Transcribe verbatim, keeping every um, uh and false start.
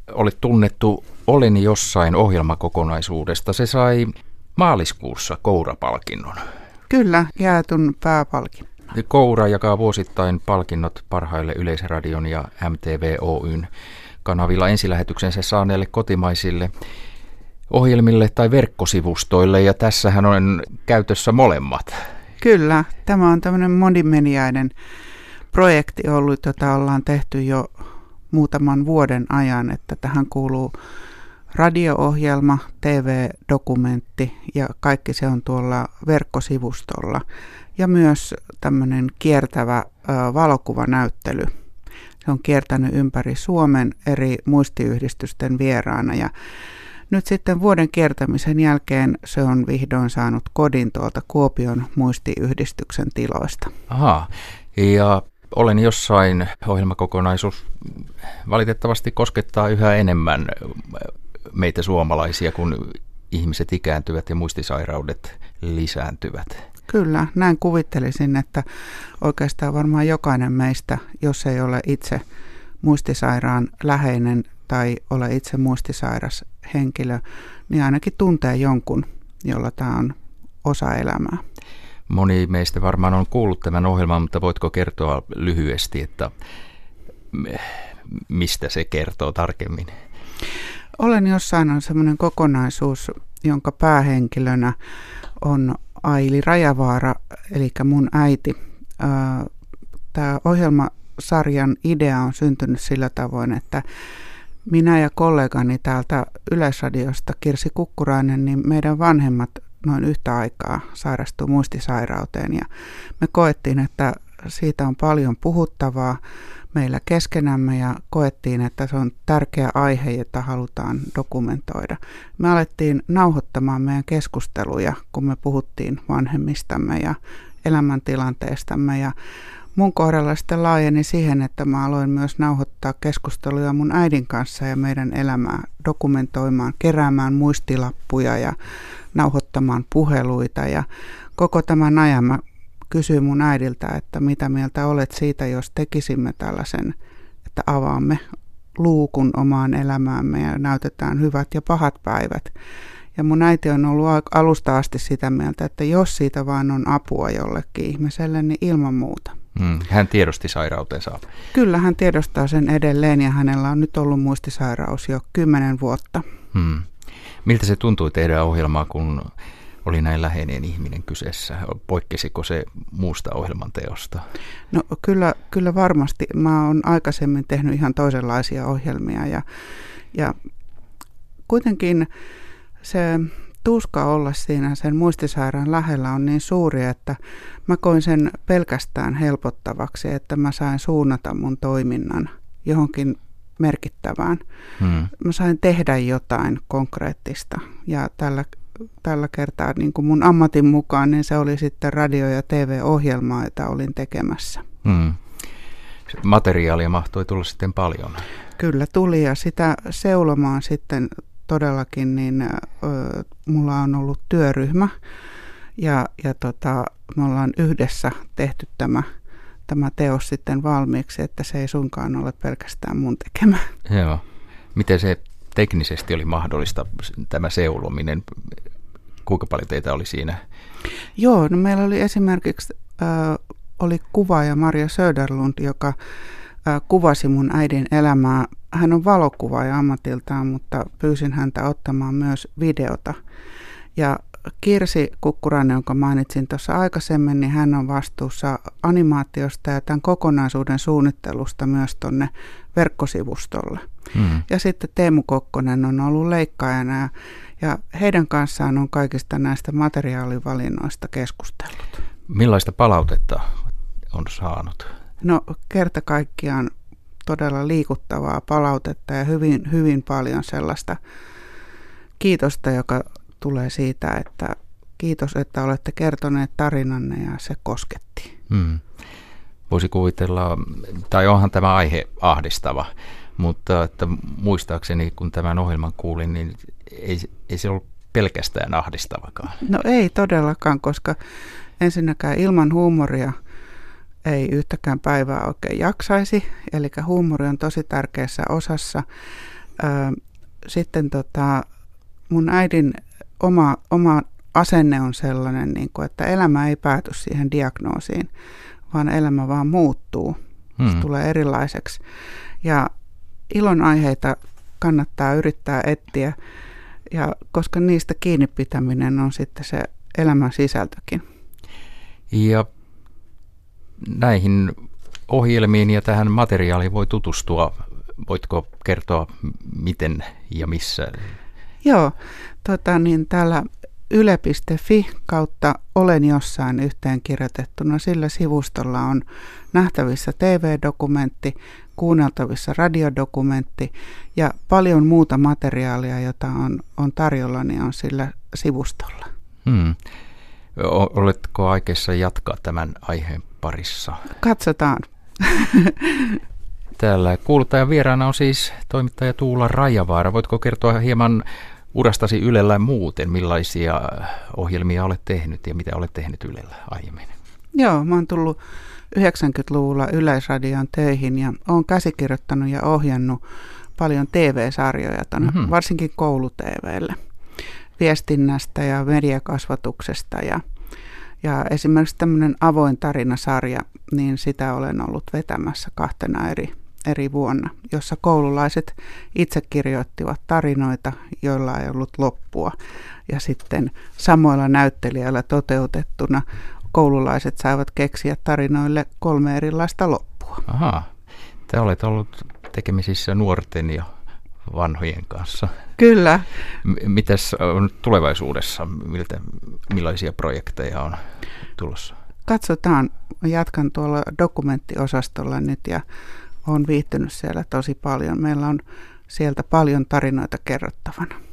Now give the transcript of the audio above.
olet tunnettu Olen jossain -ohjelmakokonaisuudesta. Se sai maaliskuussa Koura-palkinnon. Kyllä, jaetun pääpalkinnon. Koura jakaa vuosittain palkinnot parhaille Yleisradion ja M T V Oy:n kanavilla ensilähetyksensä saaneille kotimaisille ohjelmille tai verkkosivustoille, ja tässähän on käytössä molemmat. Kyllä, tämä on tämmöinen monimediainen projekti ollut, jota ollaan tehty jo muutaman vuoden ajan, että tähän kuuluu radio-ohjelma, T V-dokumentti ja kaikki se on tuolla verkkosivustolla. Ja myös tämmöinen kiertävä ä, valokuvanäyttely. Se on kiertänyt ympäri Suomen eri muistiyhdistysten vieraana ja nyt sitten vuoden kiertämisen jälkeen se on vihdoin saanut kodin tuolta Kuopion muistiyhdistyksen tiloista. Aha, ja Olen jossain -ohjelmakokonaisuus valitettavasti koskettaa yhä enemmän meitä suomalaisia, kun ihmiset ikääntyvät ja muistisairaudet lisääntyvät. Kyllä, näin kuvittelisin, että oikeastaan varmaan jokainen meistä, jos ei ole itse muistisairaan läheinen tai ole itse muistisairas henkilö, niin ainakin tuntee jonkun, jolla tämä on osa elämää. Moni meistä varmaan on kuullut tämän ohjelman, mutta voitko kertoa lyhyesti, että mistä se kertoo tarkemmin? Olen jossain on semmoinen kokonaisuus, jonka päähenkilönä on Aili Rajavaara, eli mun äiti. Tämä ohjelmasarjan idea on syntynyt sillä tavoin, että minä ja kollegani täältä Yleisradiosta, Kirsi Kukkurainen, niin meidän vanhemmat noin yhtä aikaa sairastui muistisairauteen ja me koettiin, että siitä on paljon puhuttavaa meillä keskenämme ja koettiin, että se on tärkeä aihe, jota halutaan dokumentoida. Me alettiin nauhoittamaan meidän keskusteluja, kun me puhuttiin vanhemmistamme ja elämäntilanteestamme ja mun kohdalla sitten laajeni siihen, että mä aloin myös nauhoittaa keskusteluja mun äidin kanssa ja meidän elämää dokumentoimaan, keräämään muistilappuja ja nauhoittamaan puheluita ja koko tämän ajan mä kysyin mun äidiltä, että mitä mieltä olet siitä, jos tekisimme tällaisen, että avaamme luukun omaan elämäämme ja näytetään hyvät ja pahat päivät. Ja mun äiti on ollut alusta asti sitä mieltä, että jos siitä vaan on apua jollekin ihmiselle, niin ilman muuta. Hmm, hän tiedosti sairautensa. Kyllä, hän tiedostaa sen edelleen ja hänellä on nyt ollut muistisairaus jo kymmenen vuotta. Hmm. Miltä se tuntui tehdä ohjelmaa, kun oli näin läheinen ihminen kyseessä? Poikkesiko se muusta ohjelman teosta? No kyllä, kyllä varmasti. Mä oon aikaisemmin tehnyt ihan toisenlaisia ohjelmia ja, ja kuitenkin se tuska olla siinä sen muistisairaan lähellä on niin suuri, että mä koin sen pelkästään helpottavaksi, että mä sain suunnata mun toiminnan johonkin merkittävään. Hmm. Mä sain tehdä jotain konkreettista ja tällä, tällä kertaa niin kuin mun ammatin mukaan, niin se oli sitten radio- ja T V-ohjelmaa, jota olin tekemässä. Hmm. Materiaalia mahtoi tulla sitten paljon. Kyllä tuli ja sitä seulomaan sitten todellakin, niin ö, mulla on ollut työryhmä ja, ja tota, me ollaan yhdessä tehty tämä, tämä teos sitten valmiiksi, että se ei suinkaan ole pelkästään mun tekemä. Joo. Miten se teknisesti oli mahdollista, tämä seulominen? Kuinka paljon teitä oli siinä? Joo, no meillä oli esimerkiksi ö, oli kuvaaja Maria Söderlund, joka ö, kuvasi mun äidin elämää. Hän on valokuvaaja ammatiltaan, mutta pyysin häntä ottamaan myös videota. Ja Kirsi Kukkurainen, jonka mainitsin tuossa aikaisemmin, niin hän on vastuussa animaatiosta ja tämän kokonaisuuden suunnittelusta myös tuonne verkkosivustolle. Hmm. Ja sitten Teemu Kokkonen on ollut leikkaajana ja, ja heidän kanssaan on kaikista näistä materiaalivalinnoista keskustellut. Millaista palautetta on saanut? No kerta kaikkiaan todella liikuttavaa palautetta ja hyvin, hyvin paljon sellaista kiitosta, joka tulee siitä, että kiitos, että olette kertoneet tarinanne ja se kosketti. Hmm. Voisi kuvitella, tai onhan tämä aihe ahdistava, mutta että muistaakseni kun tämän ohjelman kuulin, niin ei, ei se ollut pelkästään ahdistavakaan. No ei todellakaan, koska ensinnäkään ilman huumoria ei yhtäkään päivää oikein jaksaisi, eli huumori on tosi tärkeässä osassa. Sitten tota, mun äidin oma, oma asenne on sellainen, niin kuin, että elämä ei pääty siihen diagnoosiin, vaan elämä vaan muuttuu. Hmm. Se tulee erilaiseksi. Ja ilon aiheita kannattaa yrittää etsiä, ja koska niistä kiinni pitäminen on sitten se elämän sisältökin. Ja näihin ohjelmiin ja tähän materiaaliin voi tutustua. Voitko kertoa, miten ja missä? Joo, tota, niin täällä yle piste fi kautta olen jossain yhteen kirjoitettuna. Sillä sivustolla on nähtävissä T V-dokumentti, kuunneltavissa radiodokumentti ja paljon muuta materiaalia, jota on, on tarjolla, niin on sillä sivustolla. Hmm. Oletko aikeissa jatkaa tämän aiheen parissa? Katsotaan. Täällä kuuluttajan vieraana on siis toimittaja Tuula Rajavaara. Voitko kertoa hieman urastasi Ylellä muuten, millaisia ohjelmia olet tehnyt ja mitä olet tehnyt Ylellä aiemmin? Joo, mä oon tullut yhdeksänkymmentäluvulla Yleisradioon töihin ja oon käsikirjoittanut ja ohjannut paljon T V-sarjoja, tonne, mm-hmm. varsinkin koulu-T V:lle, viestinnästä ja mediakasvatuksesta ja, ja esimerkiksi tämmöinen avoin tarinasarja, niin sitä olen ollut vetämässä kahtena eri, eri vuonna, jossa koululaiset itse kirjoittivat tarinoita, joilla ei ollut loppua. Ja sitten samoilla näyttelijöillä toteutettuna koululaiset saivat keksiä tarinoille kolme erilaista loppua. Ahaa, te olet ollut tekemisissä nuorten ja vanhojen kanssa. Kyllä. M- mitäs on tulevaisuudessa? Miltä, millaisia projekteja on tulossa? Katsotaan. Jatkan tuolla dokumenttiosastolla nyt ja olen viihtynyt siellä tosi paljon. Meillä on sieltä paljon tarinoita kerrottavana.